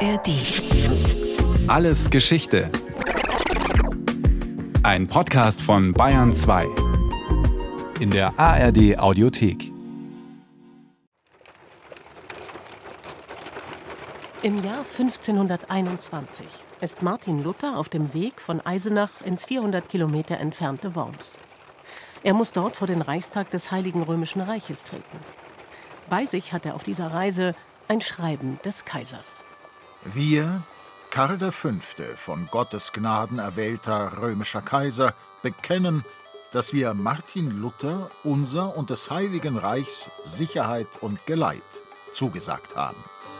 ARD. Alles Geschichte. Ein Podcast von Bayern 2. In der ARD Audiothek. Im Jahr 1521 ist Martin Luther auf dem Weg von Eisenach ins 400 Kilometer entfernte Worms. Er muss dort vor den Reichstag des Heiligen Römischen Reiches treten. Bei sich hat er auf dieser Reise ein Schreiben des Kaisers. Wir, Karl V., von Gottes Gnaden erwählter römischer Kaiser, bekennen, dass wir Martin Luther unser und des Heiligen Reichs Sicherheit und Geleit zugesagt haben.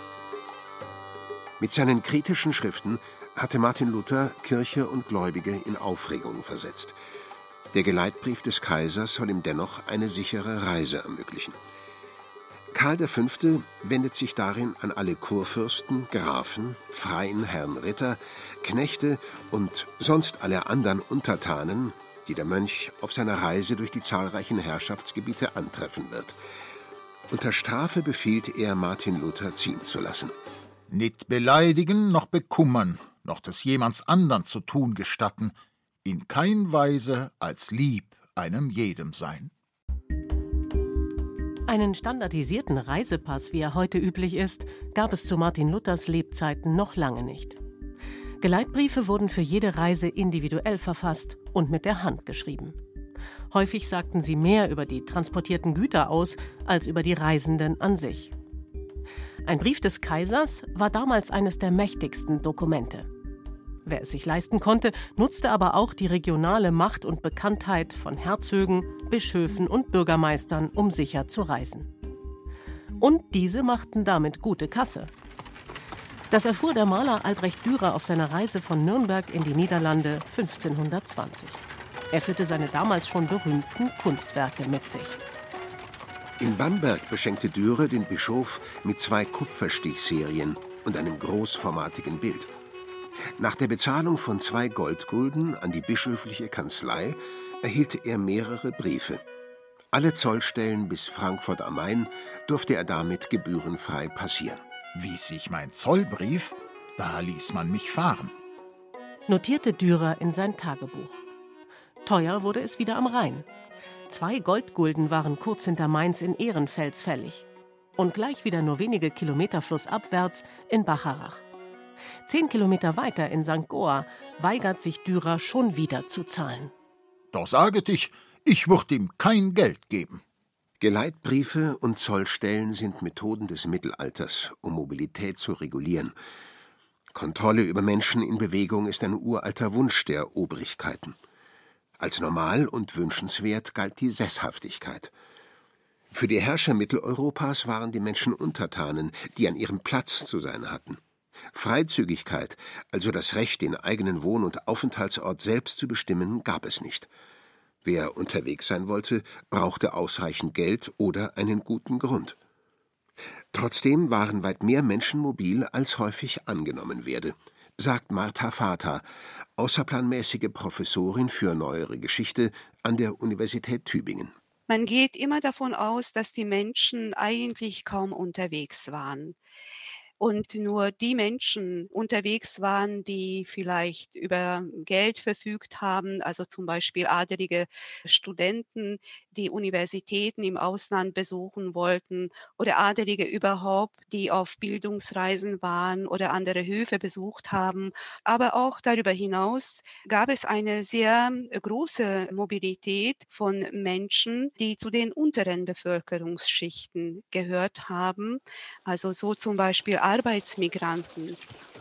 Mit seinen kritischen Schriften hatte Martin Luther Kirche und Gläubige in Aufregung versetzt. Der Geleitbrief des Kaisers soll ihm dennoch eine sichere Reise ermöglichen. Karl V. wendet sich darin an alle Kurfürsten, Grafen, freien Herren Ritter, Knechte und sonst alle anderen Untertanen, die der Mönch auf seiner Reise durch die zahlreichen Herrschaftsgebiete antreffen wird. Unter Strafe befiehlt er, Martin Luther ziehen zu lassen. Nicht beleidigen, noch bekummern, noch des jemands andern zu tun gestatten, in kein Weise als lieb einem jedem sein. Einen standardisierten Reisepass, wie er heute üblich ist, gab es zu Martin Luthers Lebzeiten noch lange nicht. Geleitbriefe wurden für jede Reise individuell verfasst und mit der Hand geschrieben. Häufig sagten sie mehr über die transportierten Güter aus, als über die Reisenden an sich. Ein Brief des Kaisers war damals eines der mächtigsten Dokumente. Wer es sich leisten konnte, nutzte aber auch die regionale Macht und Bekanntheit von Herzögen, Bischöfen und Bürgermeistern, um sicher zu reisen. Und diese machten damit gute Kasse. Das erfuhr der Maler Albrecht Dürer auf seiner Reise von Nürnberg in die Niederlande 1520. Er führte seine damals schon berühmten Kunstwerke mit sich. In Bamberg beschenkte Dürer den Bischof mit 2 Kupferstichserien und einem großformatigen Bild. Nach der Bezahlung von 2 Goldgulden an die bischöfliche Kanzlei erhielt er mehrere Briefe. Alle Zollstellen bis Frankfurt am Main durfte er damit gebührenfrei passieren. Wies ich mein Zollbrief, da ließ man mich fahren. Notierte Dürer in sein Tagebuch. Teuer wurde es wieder am Rhein. 2 Goldgulden waren kurz hinter Mainz in Ehrenfels fällig. Und gleich wieder nur wenige Kilometer flussabwärts in Bacharach. 10 Kilometer weiter in St. Goar weigert sich Dürer schon wieder zu zahlen. Doch saget ich würd ihm kein Geld geben. Geleitbriefe und Zollstellen sind Methoden des Mittelalters, um Mobilität zu regulieren. Kontrolle über Menschen in Bewegung ist ein uralter Wunsch der Obrigkeiten. Als normal und wünschenswert galt die Sesshaftigkeit. Für die Herrscher Mitteleuropas waren die Menschen Untertanen, die an ihrem Platz zu sein hatten. Freizügigkeit, also das Recht, den eigenen Wohn- und Aufenthaltsort selbst zu bestimmen, gab es nicht. Wer unterwegs sein wollte, brauchte ausreichend Geld oder einen guten Grund. Trotzdem waren weit mehr Menschen mobil, als häufig angenommen werde, sagt Martha Vater, außerplanmäßige Professorin für Neuere Geschichte an der Universität Tübingen. Man geht immer davon aus, dass die Menschen eigentlich kaum unterwegs waren. Und nur die Menschen unterwegs waren, die vielleicht über Geld verfügt haben, also zum Beispiel adelige Studenten, die Universitäten im Ausland besuchen wollten oder Adelige überhaupt, die auf Bildungsreisen waren oder andere Höfe besucht haben. Aber auch darüber hinaus gab es eine sehr große Mobilität von Menschen, die zu den unteren Bevölkerungsschichten gehört haben. Also so zum Beispiel Arbeitsmigranten.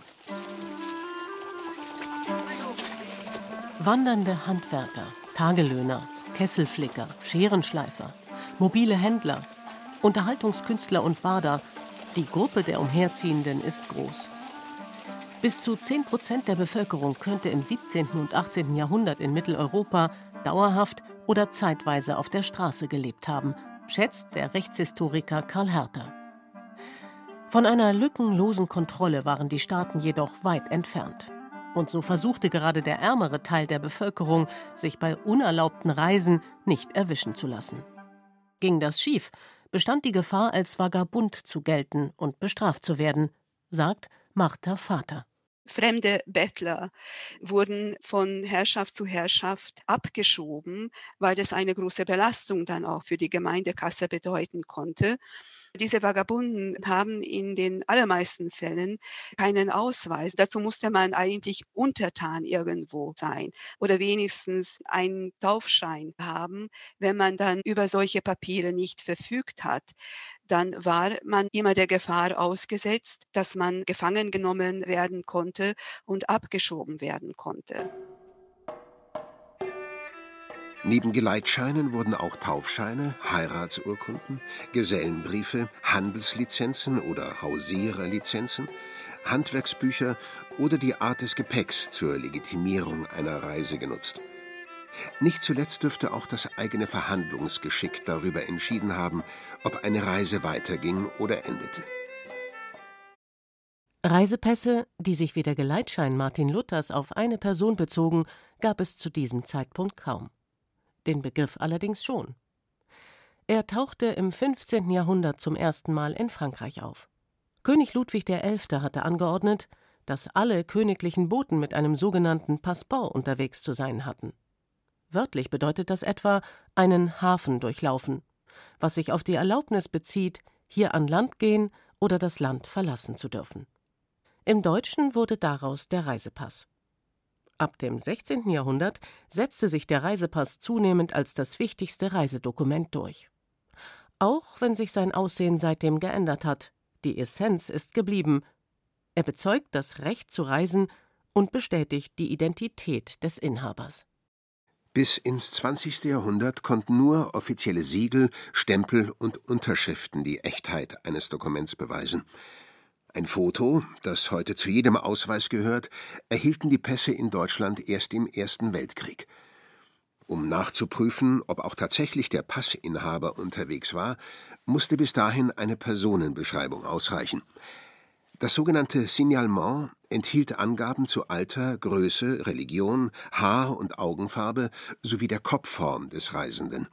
Wandernde Handwerker, Tagelöhner, Kesselflicker, Scherenschleifer, mobile Händler, Unterhaltungskünstler und Bader. Die Gruppe der Umherziehenden ist groß. Bis zu 10% der Bevölkerung könnte im 17. und 18. Jahrhundert in Mitteleuropa dauerhaft oder zeitweise auf der Straße gelebt haben, schätzt der Rechtshistoriker Karl Herter. Von einer lückenlosen Kontrolle waren die Staaten jedoch weit entfernt. Und so versuchte gerade der ärmere Teil der Bevölkerung, sich bei unerlaubten Reisen nicht erwischen zu lassen. Ging das schief, bestand die Gefahr, als Vagabund zu gelten und bestraft zu werden, sagt Martha Vater. Fremde Bettler wurden von Herrschaft zu Herrschaft abgeschoben, weil das eine große Belastung dann auch für die Gemeindekasse bedeuten konnte. Diese Vagabunden haben in den allermeisten Fällen keinen Ausweis. Dazu musste man eigentlich Untertan irgendwo sein oder wenigstens einen Taufschein haben. Wenn man dann über solche Papiere nicht verfügt hat, dann war man immer der Gefahr ausgesetzt, dass man gefangen genommen werden konnte und abgeschoben werden konnte. Neben Geleitscheinen wurden auch Taufscheine, Heiratsurkunden, Gesellenbriefe, Handelslizenzen oder Hausiererlizenzen, Handwerksbücher oder die Art des Gepäcks zur Legitimierung einer Reise genutzt. Nicht zuletzt dürfte auch das eigene Verhandlungsgeschick darüber entschieden haben, ob eine Reise weiterging oder endete. Reisepässe, die sich wie der Geleitschein Martin Luthers auf eine Person bezogen, gab es zu diesem Zeitpunkt kaum. Den Begriff allerdings schon. Er tauchte im 15. Jahrhundert zum ersten Mal in Frankreich auf. König Ludwig XI. Hatte angeordnet, dass alle königlichen Boten mit einem sogenannten Passeport unterwegs zu sein hatten. Wörtlich bedeutet das etwa einen Hafen durchlaufen, was sich auf die Erlaubnis bezieht, hier an Land gehen oder das Land verlassen zu dürfen. Im Deutschen wurde daraus der Reisepass. Ab dem 16. Jahrhundert setzte sich der Reisepass zunehmend als das wichtigste Reisedokument durch. Auch wenn sich sein Aussehen seitdem geändert hat, die Essenz ist geblieben. Er bezeugt das Recht zu reisen und bestätigt die Identität des Inhabers. Bis ins 20. Jahrhundert konnten nur offizielle Siegel, Stempel und Unterschriften die Echtheit eines Dokuments beweisen. Ein Foto, das heute zu jedem Ausweis gehört, erhielten die Pässe in Deutschland erst im Ersten Weltkrieg. Um nachzuprüfen, ob auch tatsächlich der Passinhaber unterwegs war, musste bis dahin eine Personenbeschreibung ausreichen. Das sogenannte Signalement enthielt Angaben zu Alter, Größe, Religion, Haar- und Augenfarbe sowie der Kopfform des Reisenden.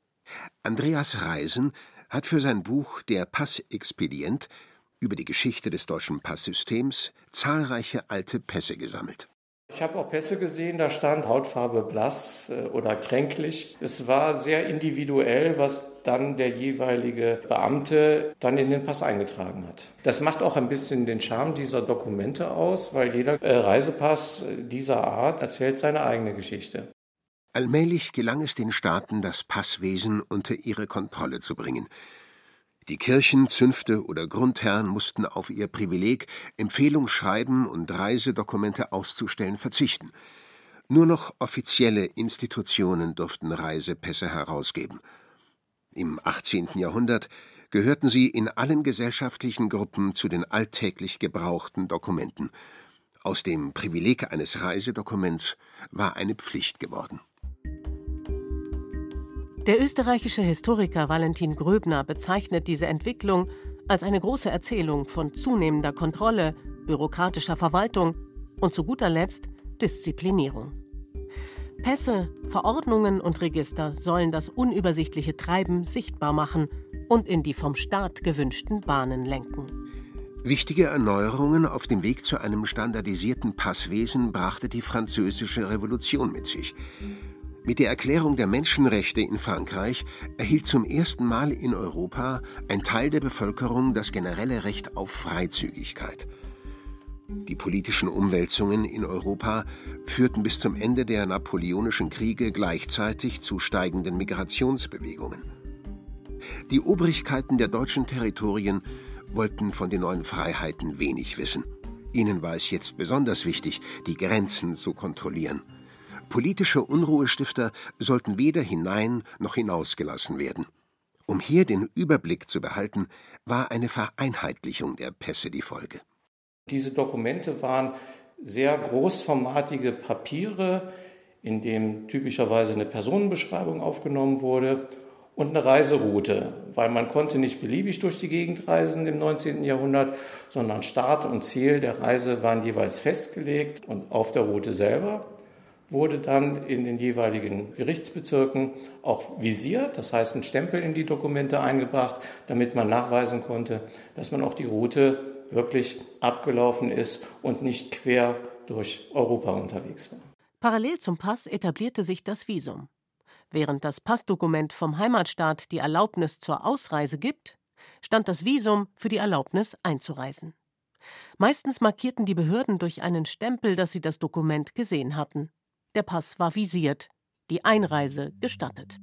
Andreas Reisen hat für sein Buch »Der Passexpedient« über die Geschichte des deutschen Passsystems zahlreiche alte Pässe gesammelt. Ich habe auch Pässe gesehen, da stand Hautfarbe blass oder kränklich. Es war sehr individuell, was dann der jeweilige Beamte dann in den Pass eingetragen hat. Das macht auch ein bisschen den Charme dieser Dokumente aus, weil jeder Reisepass dieser Art erzählt seine eigene Geschichte. Allmählich gelang es den Staaten, das Passwesen unter ihre Kontrolle zu bringen. Die Kirchen, Zünfte oder Grundherren mussten auf ihr Privileg, Empfehlungsschreiben und Reisedokumente auszustellen, verzichten. Nur noch offizielle Institutionen durften Reisepässe herausgeben. Im 18. Jahrhundert gehörten sie in allen gesellschaftlichen Gruppen zu den alltäglich gebrauchten Dokumenten. Aus dem Privileg eines Reisedokuments war eine Pflicht geworden. Der österreichische Historiker Valentin Gröbner bezeichnet diese Entwicklung als eine große Erzählung von zunehmender Kontrolle, bürokratischer Verwaltung und zu guter Letzt Disziplinierung. Pässe, Verordnungen und Register sollen das unübersichtliche Treiben sichtbar machen und in die vom Staat gewünschten Bahnen lenken. Wichtige Erneuerungen auf dem Weg zu einem standardisierten Passwesen brachte die Französische Revolution mit sich. Mit der Erklärung der Menschenrechte in Frankreich erhielt zum ersten Mal in Europa ein Teil der Bevölkerung das generelle Recht auf Freizügigkeit. Die politischen Umwälzungen in Europa führten bis zum Ende der Napoleonischen Kriege gleichzeitig zu steigenden Migrationsbewegungen. Die Obrigkeiten der deutschen Territorien wollten von den neuen Freiheiten wenig wissen. Ihnen war es jetzt besonders wichtig, die Grenzen zu kontrollieren. Politische Unruhestifter sollten weder hinein noch hinausgelassen werden. Um hier den Überblick zu behalten, war eine Vereinheitlichung der Pässe die Folge. Diese Dokumente waren sehr großformatige Papiere, in dem typischerweise eine Personenbeschreibung aufgenommen wurde und eine Reiseroute, weil man konnte nicht beliebig durch die Gegend reisen im 19. Jahrhundert, sondern Start und Ziel der Reise waren jeweils festgelegt und auf der Route selber wurde dann in den jeweiligen Gerichtsbezirken auch visiert, das heißt ein Stempel in die Dokumente eingebracht, damit man nachweisen konnte, dass man auch die Route wirklich abgelaufen ist und nicht quer durch Europa unterwegs war. Parallel zum Pass etablierte sich das Visum. Während das Passdokument vom Heimatstaat die Erlaubnis zur Ausreise gibt, stand das Visum für die Erlaubnis einzureisen. Meistens markierten die Behörden durch einen Stempel, dass sie das Dokument gesehen hatten. Der Pass war visiert, die Einreise gestattet.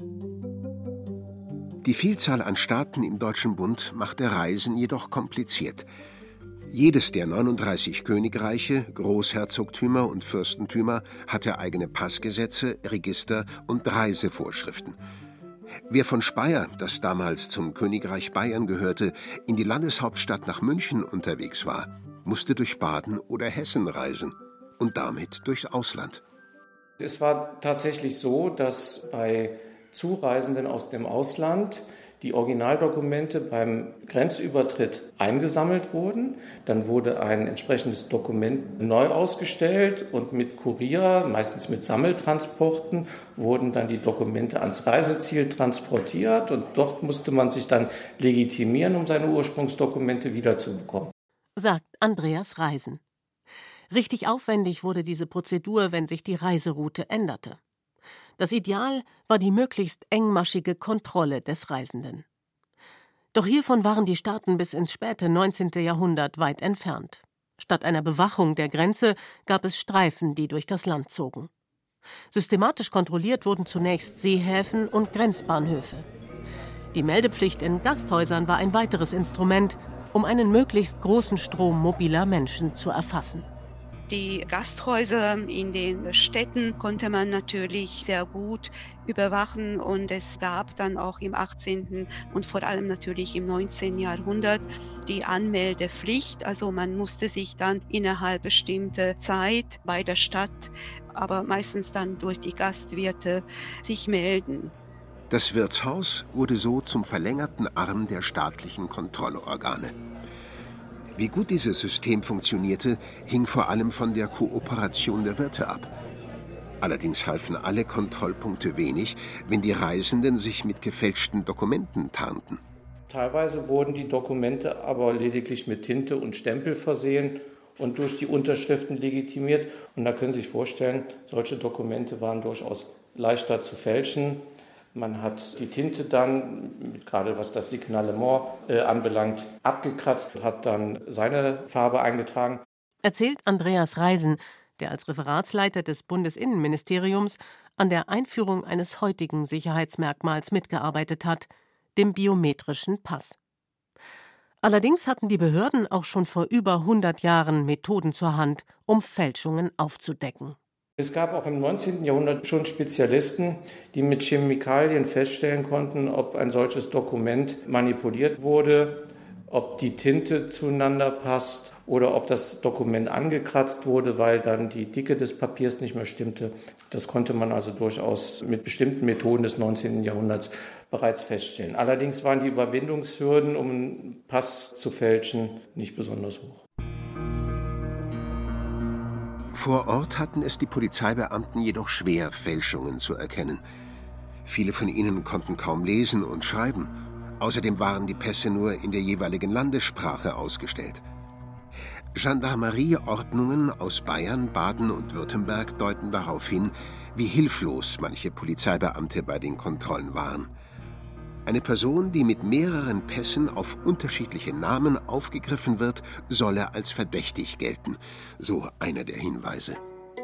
Die Vielzahl an Staaten im Deutschen Bund machte Reisen jedoch kompliziert. Jedes der 39 Königreiche, Großherzogtümer und Fürstentümer hatte eigene Passgesetze, Register und Reisevorschriften. Wer von Speyer, das damals zum Königreich Bayern gehörte, in die Landeshauptstadt nach München unterwegs war, musste durch Baden oder Hessen reisen und damit durchs Ausland. Es war tatsächlich so, dass bei Zureisenden aus dem Ausland die Originaldokumente beim Grenzübertritt eingesammelt wurden. Dann wurde ein entsprechendes Dokument neu ausgestellt und mit Kurier, meistens mit Sammeltransporten, wurden dann die Dokumente ans Reiseziel transportiert und dort musste man sich dann legitimieren, um seine Ursprungsdokumente wiederzubekommen. Sagt Andreas Reisen. Richtig aufwendig wurde diese Prozedur, wenn sich die Reiseroute änderte. Das Ideal war die möglichst engmaschige Kontrolle des Reisenden. Doch hiervon waren die Staaten bis ins späte 19. Jahrhundert weit entfernt. Statt einer Bewachung der Grenze gab es Streifen, die durch das Land zogen. Systematisch kontrolliert wurden zunächst Seehäfen und Grenzbahnhöfe. Die Meldepflicht in Gasthäusern war ein weiteres Instrument, um einen möglichst großen Strom mobiler Menschen zu erfassen. Die Gasthäuser in den Städten konnte man natürlich sehr gut überwachen und es gab dann auch im 18. und vor allem natürlich im 19. Jahrhundert die Anmeldepflicht. Also man musste sich dann innerhalb bestimmter Zeit bei der Stadt, aber meistens dann durch die Gastwirte, sich melden. Das Wirtshaus wurde so zum verlängerten Arm der staatlichen Kontrollorgane. Wie gut dieses System funktionierte, hing vor allem von der Kooperation der Wirte ab. Allerdings halfen alle Kontrollpunkte wenig, wenn die Reisenden sich mit gefälschten Dokumenten tarnten. Teilweise wurden die Dokumente aber lediglich mit Tinte und Stempel versehen und durch die Unterschriften legitimiert. Und da können Sie sich vorstellen, solche Dokumente waren durchaus leichter zu fälschen. Man hat die Tinte dann, gerade was das Signalement anbelangt, abgekratzt, hat dann seine Farbe eingetragen. Erzählt Andreas Reisen, der als Referatsleiter des Bundesinnenministeriums an der Einführung eines heutigen Sicherheitsmerkmals mitgearbeitet hat, dem biometrischen Pass. Allerdings hatten die Behörden auch schon vor über 100 Jahren Methoden zur Hand, um Fälschungen aufzudecken. Es gab auch im 19. Jahrhundert schon Spezialisten, die mit Chemikalien feststellen konnten, ob ein solches Dokument manipuliert wurde, ob die Tinte zueinander passt oder ob das Dokument angekratzt wurde, weil dann die Dicke des Papiers nicht mehr stimmte. Das konnte man also durchaus mit bestimmten Methoden des 19. Jahrhunderts bereits feststellen. Allerdings waren die Überwindungshürden, um einen Pass zu fälschen, nicht besonders hoch. Vor Ort hatten es die Polizeibeamten jedoch schwer, Fälschungen zu erkennen. Viele von ihnen konnten kaum lesen und schreiben. Außerdem waren die Pässe nur in der jeweiligen Landessprache ausgestellt. Gendarmerieordnungen aus Bayern, Baden und Württemberg deuten darauf hin, wie hilflos manche Polizeibeamte bei den Kontrollen waren. Eine Person, die mit mehreren Pässen auf unterschiedliche Namen aufgegriffen wird, solle als verdächtig gelten, so einer der Hinweise.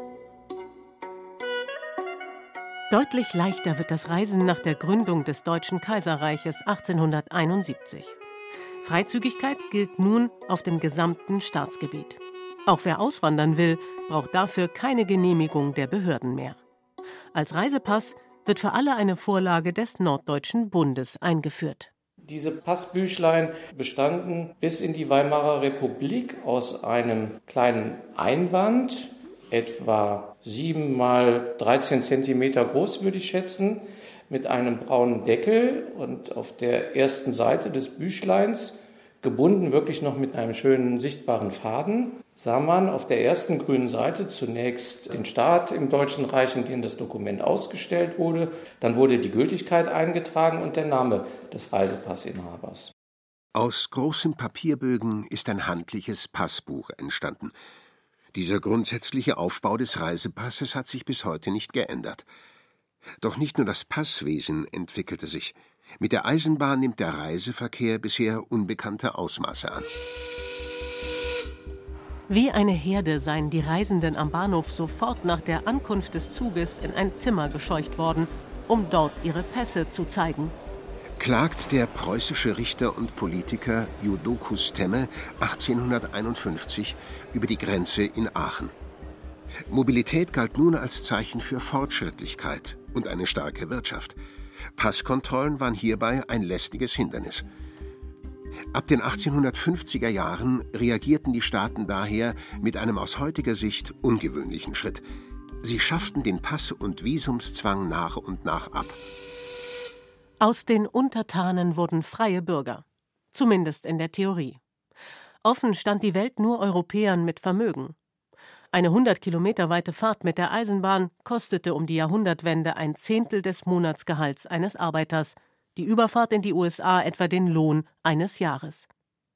Deutlich leichter wird das Reisen nach der Gründung des Deutschen Kaiserreiches 1871. Freizügigkeit gilt nun auf dem gesamten Staatsgebiet. Auch wer auswandern will, braucht dafür keine Genehmigung der Behörden mehr. Als Reisepass wird für alle eine Vorlage des Norddeutschen Bundes eingeführt. Diese Passbüchlein bestanden bis in die Weimarer Republik aus einem kleinen Einband, etwa 7 mal 13 Zentimeter groß, würde ich schätzen, mit einem braunen Deckel und auf der ersten Seite des Büchleins, gebunden wirklich noch mit einem schönen sichtbaren Faden, sah man auf der ersten grünen Seite zunächst den Staat im Deutschen Reich, in dem das Dokument ausgestellt wurde. Dann wurde die Gültigkeit eingetragen und der Name des Reisepassinhabers. Aus großen Papierbögen ist ein handliches Passbuch entstanden. Dieser grundsätzliche Aufbau des Reisepasses hat sich bis heute nicht geändert. Doch nicht nur das Passwesen entwickelte sich. Mit der Eisenbahn nimmt der Reiseverkehr bisher unbekannte Ausmaße an. Wie eine Herde seien die Reisenden am Bahnhof sofort nach der Ankunft des Zuges in ein Zimmer gescheucht worden, um dort ihre Pässe zu zeigen. Klagt der preußische Richter und Politiker Judocus Temme 1851 über die Grenze in Aachen. Mobilität galt nun als Zeichen für Fortschrittlichkeit und eine starke Wirtschaft. Passkontrollen waren hierbei ein lästiges Hindernis. Ab den 1850er Jahren reagierten die Staaten daher mit einem aus heutiger Sicht ungewöhnlichen Schritt. Sie schafften den Pass- und Visumszwang nach und nach ab. Aus den Untertanen wurden freie Bürger, zumindest in der Theorie. Offen stand die Welt nur Europäern mit Vermögen. Eine 100 Kilometer weite Fahrt mit der Eisenbahn kostete um die Jahrhundertwende 1/10 des Monatsgehalts eines Arbeiters, die Überfahrt in die USA etwa den Lohn eines Jahres.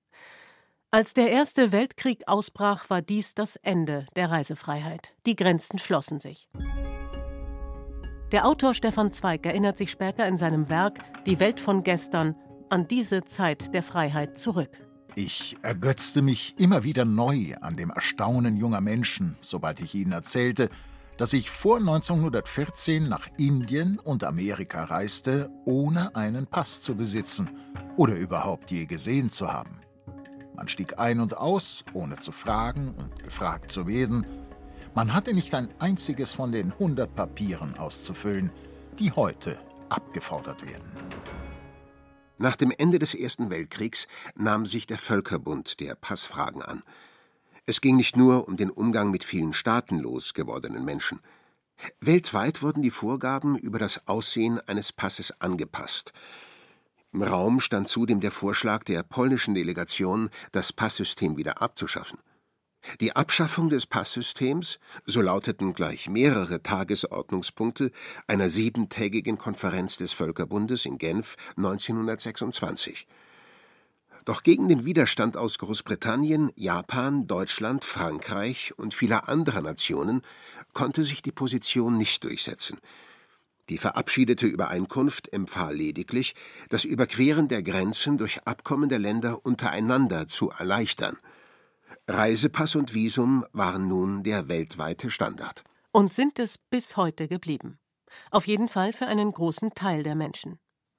Als der Erste Weltkrieg ausbrach, war dies das Ende der Reisefreiheit. Die Grenzen schlossen sich. Der Autor Stefan Zweig erinnert sich später in seinem Werk »Die Welt von gestern« an diese Zeit der Freiheit zurück. Ich ergötzte mich immer wieder neu an dem Erstaunen junger Menschen, sobald ich ihnen erzählte, dass ich vor 1914 nach Indien und Amerika reiste, ohne einen Pass zu besitzen oder überhaupt je gesehen zu haben. Man stieg ein und aus, ohne zu fragen und gefragt zu werden. Man hatte nicht ein einziges von den 100 Papieren auszufüllen, die heute abgefordert werden. Nach dem Ende des Ersten Weltkriegs nahm sich der Völkerbund der Passfragen an. Es ging nicht nur um den Umgang mit vielen staatenlos gewordenen Menschen. Weltweit wurden die Vorgaben über das Aussehen eines Passes angepasst. Im Raum stand zudem der Vorschlag der polnischen Delegation, das Passsystem wieder abzuschaffen. Die Abschaffung des Passsystems, so lauteten gleich mehrere Tagesordnungspunkte einer 7-tägigen Konferenz des Völkerbundes in Genf 1926. Doch gegen den Widerstand aus Großbritannien, Japan, Deutschland, Frankreich und vieler anderer Nationen konnte sich die Position nicht durchsetzen. Die verabschiedete Übereinkunft empfahl lediglich, das Überqueren der Grenzen durch Abkommen der Länder untereinander zu erleichtern. Reisepass und Visum waren nun der weltweite Standard. Und sind es bis heute geblieben. Auf jeden Fall für einen großen Teil der Menschen.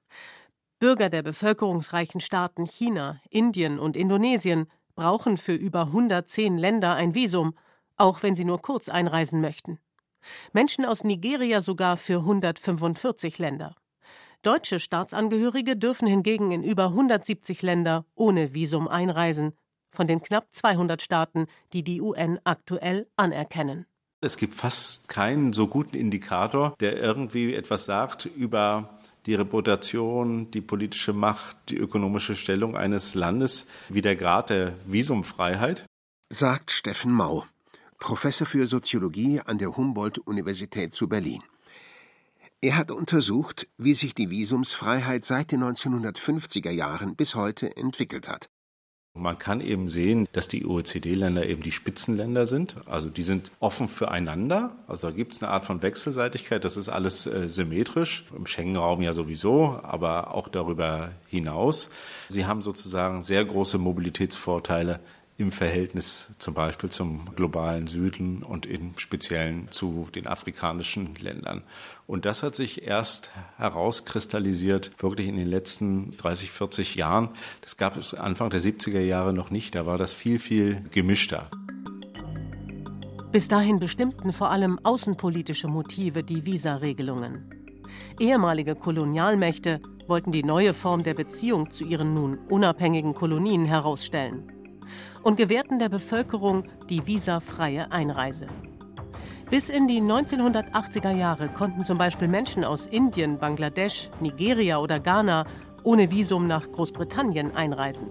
Bürger der bevölkerungsreichen Staaten China, Indien und Indonesien brauchen für über 110 Länder ein Visum, auch wenn sie nur kurz einreisen möchten. Menschen aus Nigeria sogar für 145 Länder. Deutsche Staatsangehörige dürfen hingegen in über 170 Länder ohne Visum einreisen, von den knapp 200 Staaten, die die UN aktuell anerkennen. Es gibt fast keinen so guten Indikator, der irgendwie etwas sagt über die Reputation, die politische Macht, die ökonomische Stellung eines Landes, wie der Grad der Visumfreiheit. Sagt Steffen Mau, Professor für Soziologie an der Humboldt-Universität zu Berlin. Er hat untersucht, wie sich die Visumsfreiheit seit den 1950er Jahren bis heute entwickelt hat. Man kann eben sehen, dass die OECD-Länder eben die Spitzenländer sind. Also die sind offen füreinander. Also da gibt es eine Art von Wechselseitigkeit. Das ist alles symmetrisch. Im Schengen-Raum ja sowieso, aber auch darüber hinaus. Sie haben sozusagen sehr große Mobilitätsvorteile im Verhältnis zum Beispiel zum globalen Süden und im Speziellen zu den afrikanischen Ländern. Und das hat sich erst herauskristallisiert, wirklich in den letzten 30, 40 Jahren. Das gab es Anfang der 70er Jahre noch nicht, da war das viel, viel gemischter. Bis dahin bestimmten vor allem außenpolitische Motive die Visaregelungen. Ehemalige Kolonialmächte wollten die neue Form der Beziehung zu ihren nun unabhängigen Kolonien herausstellen und gewährten der Bevölkerung die visafreie Einreise. Bis in die 1980er Jahre konnten zum Beispiel Menschen aus Indien, Bangladesch, Nigeria oder Ghana ohne Visum nach Großbritannien einreisen.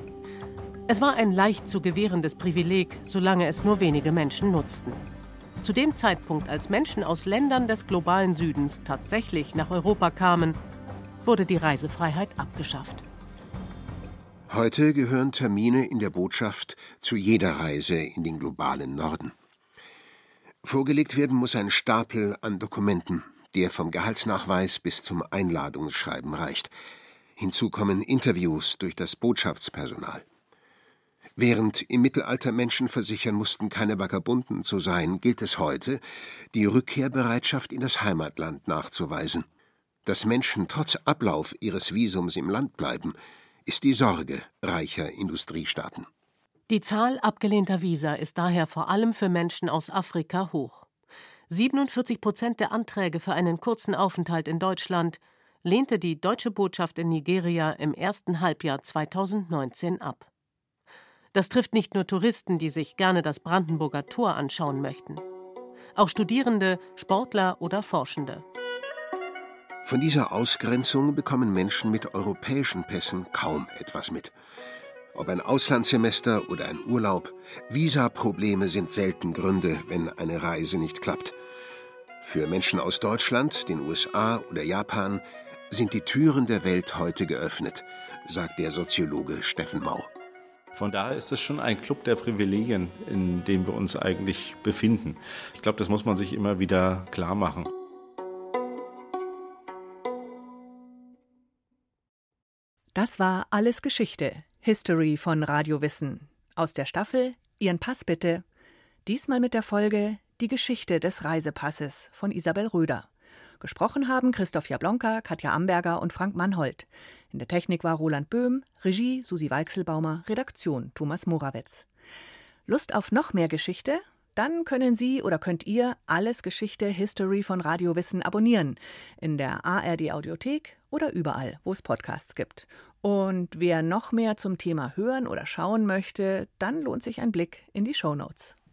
Es war ein leicht zu gewährendes Privileg, solange es nur wenige Menschen nutzten. Zu dem Zeitpunkt, als Menschen aus Ländern des globalen Südens tatsächlich nach Europa kamen, wurde die Reisefreiheit abgeschafft. Heute gehören Termine in der Botschaft zu jeder Reise in den globalen Norden. Vorgelegt werden muss ein Stapel an Dokumenten, der vom Gehaltsnachweis bis zum Einladungsschreiben reicht. Hinzu kommen Interviews durch das Botschaftspersonal. Während im Mittelalter Menschen versichern mussten, keine Vagabunden zu sein, gilt es heute, die Rückkehrbereitschaft in das Heimatland nachzuweisen. Dass Menschen trotz Ablauf ihres Visums im Land bleiben, ist die Sorge reicher Industriestaaten. Die Zahl abgelehnter Visa ist daher vor allem für Menschen aus Afrika hoch. 47% der Anträge für einen kurzen Aufenthalt in Deutschland lehnte die deutsche Botschaft in Nigeria im ersten Halbjahr 2019 ab. Das trifft nicht nur Touristen, die sich gerne das Brandenburger Tor anschauen möchten. Auch Studierende, Sportler oder Forschende. Von dieser Ausgrenzung bekommen Menschen mit europäischen Pässen kaum etwas mit. Ob ein Auslandssemester oder ein Urlaub, Visaprobleme sind selten Gründe, wenn eine Reise nicht klappt. Für Menschen aus Deutschland, den USA oder Japan sind die Türen der Welt heute geöffnet, sagt der Soziologe Steffen Mau. Von daher ist es schon ein Club der Privilegien, in dem wir uns eigentlich befinden. Ich glaube, das muss man sich immer wieder klar machen. Das war Alles Geschichte, History von Radio Wissen. Aus der Staffel Ihren Pass bitte. Diesmal mit der Folge Die Geschichte des Reisepasses von Isabel Röder. Gesprochen haben Christoph Jablonka, Katja Amberger und Frank Mannhold. In der Technik war Roland Böhm, Regie Susi Weichselbaumer, Redaktion Thomas Morawetz. Lust auf noch mehr Geschichte? Dann können Sie oder könnt ihr Alles Geschichte History von Radio Wissen abonnieren. In der ARD Audiothek oder überall, wo es Podcasts gibt. Und wer noch mehr zum Thema hören oder schauen möchte, dann lohnt sich ein Blick in die Shownotes.